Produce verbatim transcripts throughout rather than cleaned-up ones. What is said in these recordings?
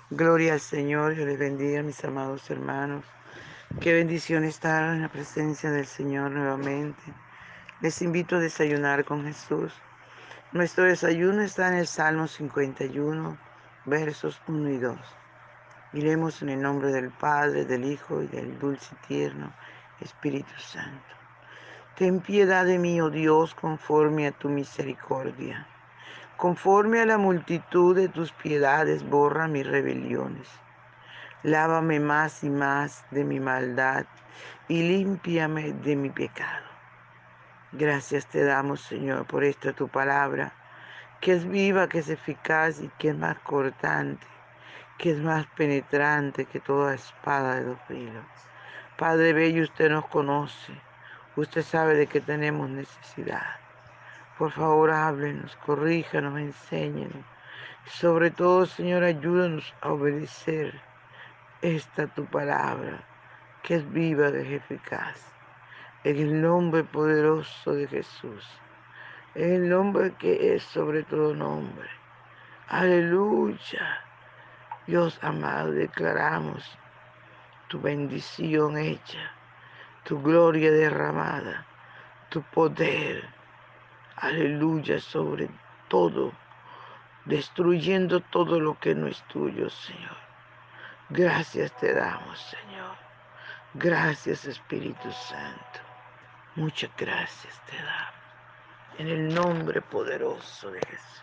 Gloria al Señor, yo les bendiga, mis amados hermanos. Qué bendición estar en la presencia del Señor nuevamente. Les invito a desayunar con Jesús. Nuestro desayuno está en el Salmo cincuenta y uno, versos uno y dos. Iremos en el nombre del Padre, del Hijo y del dulce y tierno Espíritu Santo. Ten piedad de mí, oh Dios, conforme a tu misericordia. Conforme a la multitud de tus piedades, borra mis rebeliones. Lávame más y más de mi maldad y límpiame de mi pecado. Gracias te damos, Señor, por esta tu palabra, que es viva, que es eficaz y que es más cortante, que es más penetrante que toda espada de dos filos. Padre bello, usted nos conoce, usted sabe de qué tenemos necesidad. Por favor, háblenos, corríjanos, enséñenos. Sobre todo, Señor, ayúdanos a obedecer esta tu palabra, que es viva, que es eficaz. En el nombre poderoso de Jesús. En el nombre que es sobre todo nombre. Aleluya. Dios amado, declaramos tu bendición hecha, tu gloria derramada, tu poder. Aleluya, sobre todo, destruyendo todo lo que no es tuyo, Señor. Gracias te damos, Señor. Gracias, Espíritu Santo. Muchas gracias te damos. En el nombre poderoso de Jesús.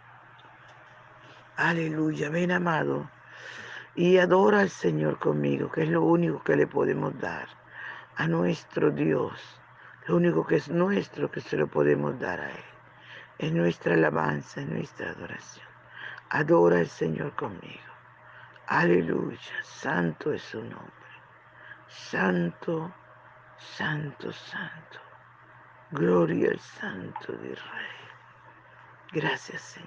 Aleluya. Ven, amado, y adora al Señor conmigo, que es lo único que le podemos dar a nuestro Dios. Lo único que es nuestro que se lo podemos dar a Él. Es nuestra alabanza, es nuestra adoración. Adora al Señor conmigo. Aleluya. Santo es su nombre. Santo, santo, santo. Gloria al Santo de Israel. Gracias, Señor.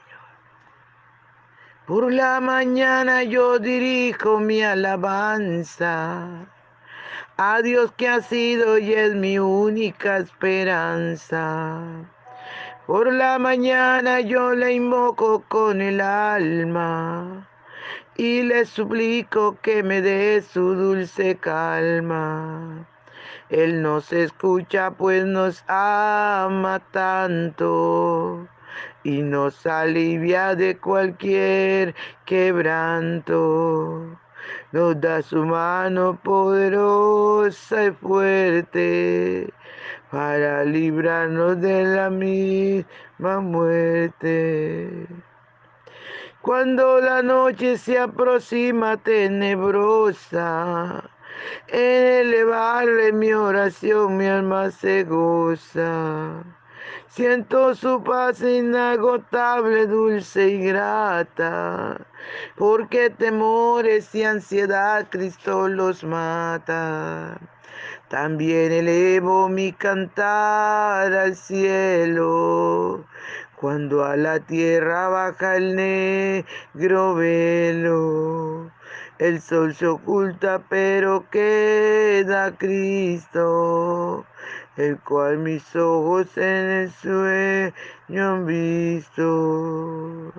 Por la mañana yo dirijo mi alabanza a Dios que ha sido y es mi única esperanza. Por la mañana yo le invoco con el alma y le suplico que me dé su dulce calma. Él nos escucha pues nos ama tanto y nos alivia de cualquier quebranto. Nos da su mano poderosa y fuerte para librarnos de la misma muerte. Cuando la noche se aproxima tenebrosa, en elevarle mi oración mi alma se goza. Siento su paz inagotable, dulce y grata, porque temores y ansiedad Cristo los mata. También elevo mi cantar al cielo, cuando a la tierra baja el negro velo. El sol se oculta, pero queda Cristo, el cual mis ojos en el sueño han visto.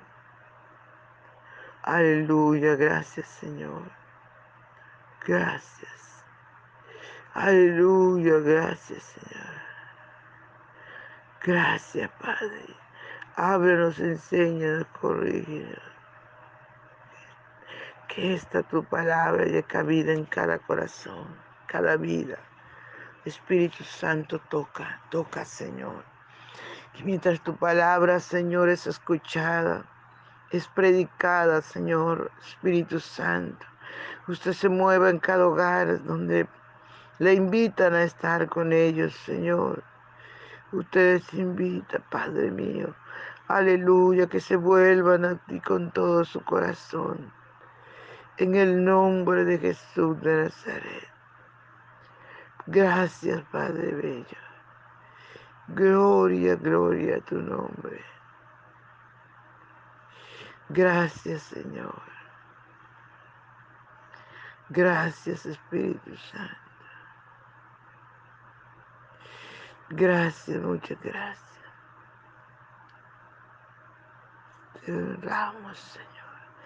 Aleluya, gracias, Señor. Gracias. Aleluya, gracias, Señor. Gracias, Padre. Ábrenos, enséñanos, corrígenos. Que esta tu palabra haya cabida en cada corazón, cada vida. Espíritu Santo, toca, toca, Señor. Que mientras tu palabra, Señor, es escuchada, es predicada, Señor, Espíritu Santo, usted se mueva en cada hogar donde le invitan a estar con ellos, Señor. Ustedes invitan, Padre mío, aleluya, que se vuelvan a ti con todo su corazón. En el nombre de Jesús de Nazaret. Gracias, Padre bello. Gloria, gloria a tu nombre. Gracias, Señor. Gracias, Espíritu Santo. Gracias, muchas gracias. Te honramos, Señor.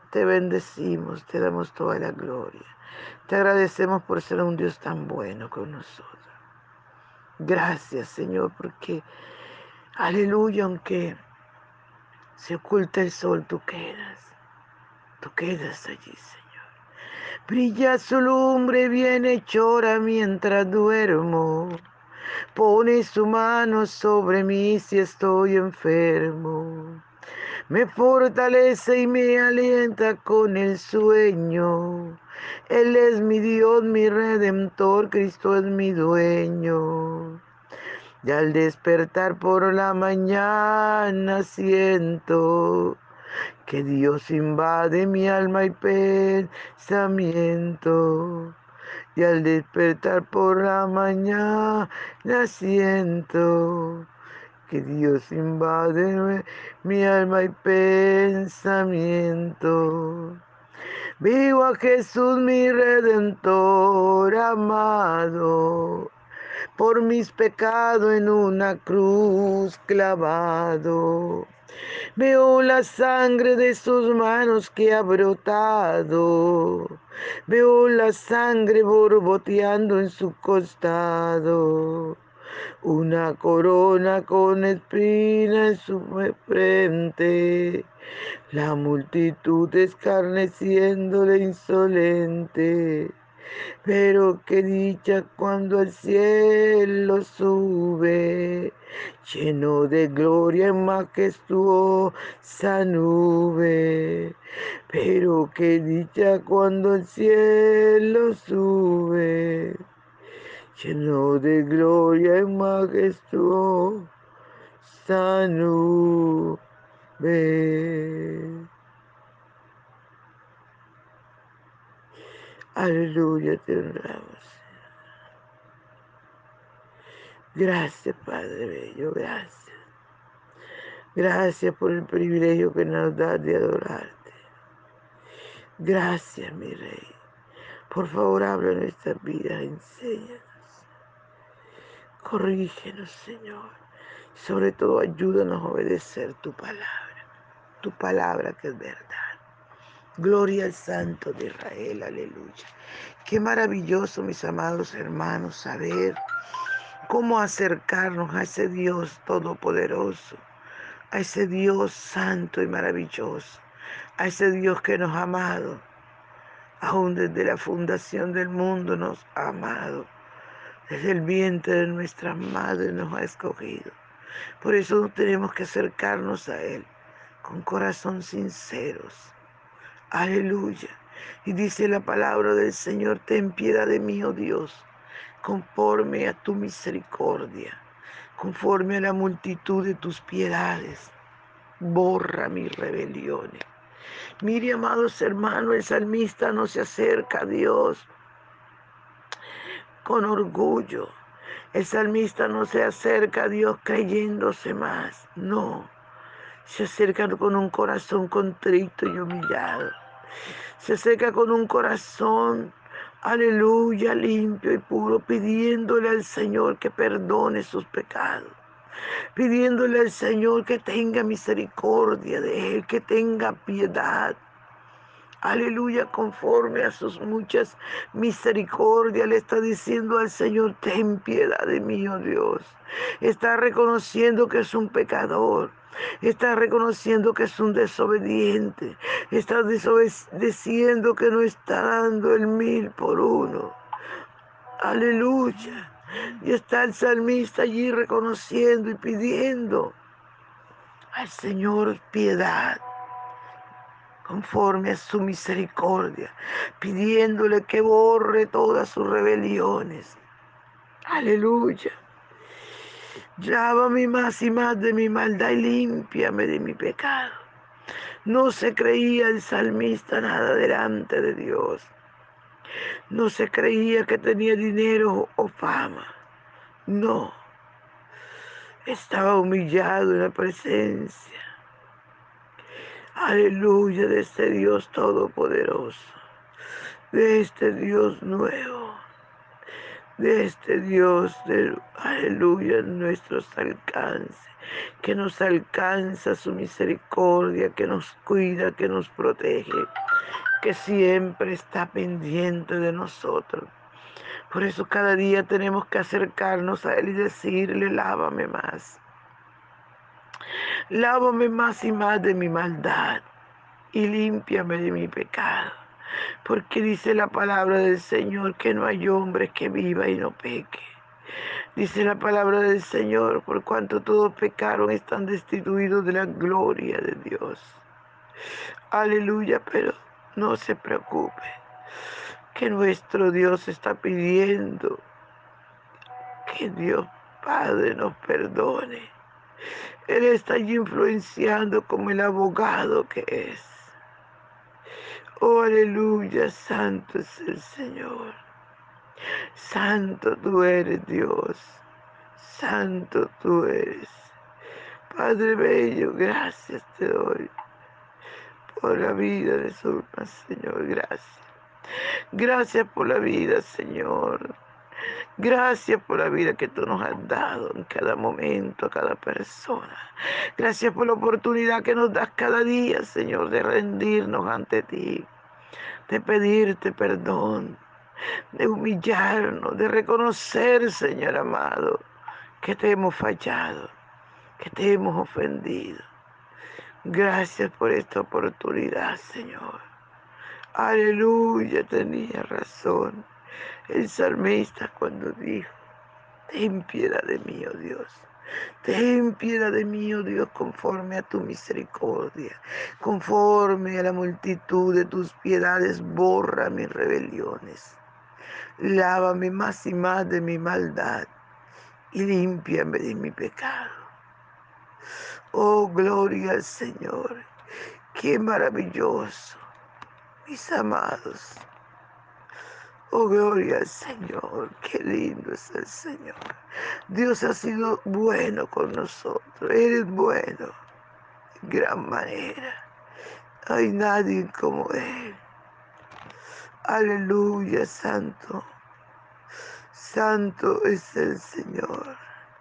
Te bendecimos, te damos toda la gloria. Te agradecemos por ser un Dios tan bueno con nosotros. Gracias, Señor, porque, aleluya, aunque se oculta el sol, tú quedas. Tú quedas allí, Señor. Brilla su lumbre bienhechora mientras duermo. Pone su mano sobre mí si estoy enfermo. Me fortalece y me alienta con el sueño. Él es mi Dios, mi Redentor, Cristo es mi dueño. Y al despertar por la mañana siento que Dios invade mi alma y pensamiento. Y al despertar por la mañana siento que Dios invade mi alma y pensamiento. Vivo a Jesús mi Redentor amado, por mis pecados en una cruz clavado. Veo la sangre de sus manos que ha brotado. Veo la sangre borboteando en su costado. Una corona con espina en su frente. La multitud escarneciéndole insolente. Pero qué dicha cuando al cielo sube, lleno de gloria en majestuosa nube. Pero qué dicha cuando al cielo sube, lleno de gloria en majestuosa nube. Aleluya, te honramos. Gracias, Padre Bello, gracias. Gracias por el privilegio que nos das de adorarte. Gracias, mi Rey. Por favor, habla nuestras vidas, enséñanos. Corrígenos, Señor. Sobre todo, ayúdanos a obedecer tu palabra. Tu palabra que es verdad. Gloria al Santo de Israel, aleluya. Qué maravilloso, mis amados hermanos, saber cómo acercarnos a ese Dios todopoderoso, a ese Dios santo y maravilloso, a ese Dios que nos ha amado, aún desde la fundación del mundo nos ha amado, desde el vientre de nuestra madre nos ha escogido. Por eso tenemos que acercarnos a Él con corazón sinceros. Aleluya. Y dice la palabra del Señor: ten piedad de mí, oh Dios, conforme a tu misericordia, conforme a la multitud de tus piedades. Borra mis rebeliones. Mire, amados hermanos, el salmista no se acerca a Dios con orgullo. El salmista no se acerca a Dios creyéndose más. No, se acerca con un corazón contrito y humillado. Se acerca con un corazón, aleluya, limpio y puro, pidiéndole al Señor que perdone sus pecados. Pidiéndole al Señor que tenga misericordia de él, que tenga piedad. Aleluya, conforme a sus muchas misericordias, le está diciendo al Señor: ten piedad de mí, oh Dios. Está reconociendo que es un pecador. Está reconociendo que es un desobediente. Está desobedeciendo que no está dando el mil por uno. Aleluya. Y está el salmista allí reconociendo y pidiendo al Señor piedad, conforme a su misericordia, pidiéndole que borre todas sus rebeliones. Aleluya. Lávame más y más de mi maldad y límpiame de mi pecado. No se creía el salmista nada delante de Dios. No se creía que tenía dinero o fama. No. Estaba humillado en la presencia, aleluya, de este Dios todopoderoso, de este Dios nuevo, de este Dios de, aleluya, nuestros alcances, que nos alcanza su misericordia, que nos cuida, que nos protege. que siempre está pendiente de nosotros. Por eso cada día tenemos que acercarnos a Él y decirle, lávame más. Lávame más y más de mi maldad y límpiame de mi pecado. Porque dice la palabra del Señor que no hay hombre que viva y no peque. Dice la palabra del Señor, por cuanto todos pecaron, están destituidos de la gloria de Dios. Aleluya, pero no se preocupe, que nuestro Dios está pidiendo que Dios Padre nos perdone. Él está allí influenciando como el abogado que es. Oh, aleluya, santo es el Señor. Santo tú eres, Dios. Santo tú eres. Padre bello, gracias te doy por la vida de Zulma, Señor, gracias. Gracias por la vida, Señor. Gracias por la vida que tú nos has dado en cada momento, a cada persona. Gracias por la oportunidad que nos das cada día, Señor, de rendirnos ante ti, de pedirte perdón, de humillarnos, de reconocer, Señor amado, que te hemos fallado, que te hemos ofendido. Gracias por esta oportunidad, Señor. Aleluya, tenía razón el salmista cuando dijo, ten piedad de mí, oh Dios. Ten piedad de mí, oh Dios, conforme a tu misericordia, conforme a la multitud de tus piedades, borra mis rebeliones. Lávame más y más de mi maldad y límpiame de mi pecado. Oh, gloria al Señor. Qué maravilloso, mis amados. Oh, gloria al Señor, qué lindo es el Señor. Dios ha sido bueno con nosotros, eres bueno, de gran manera. No hay nadie como Él. Aleluya, santo. Santo es el Señor.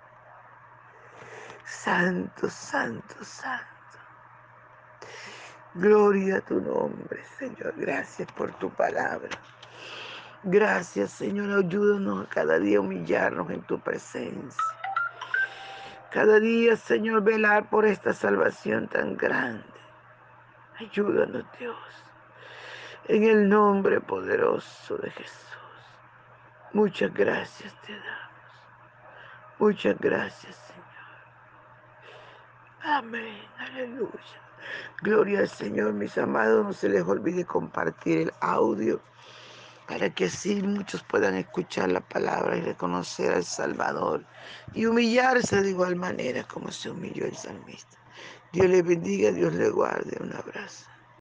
Santo, santo, santo. Gloria a tu nombre, Señor. Gracias por tu palabra. Gracias, Señor. Ayúdanos a cada día a humillarnos en tu presencia. Cada día, Señor, velar por esta salvación tan grande. Ayúdanos, Dios. En el nombre poderoso de Jesús. Muchas gracias te damos. Muchas gracias, Señor. Amén. Aleluya. Gloria al Señor, mis amados. No se les olvide compartir el audio para que así muchos puedan escuchar la palabra y reconocer al Salvador y humillarse de igual manera como se humilló el salmista. Dios les bendiga, Dios les guarde. Un abrazo.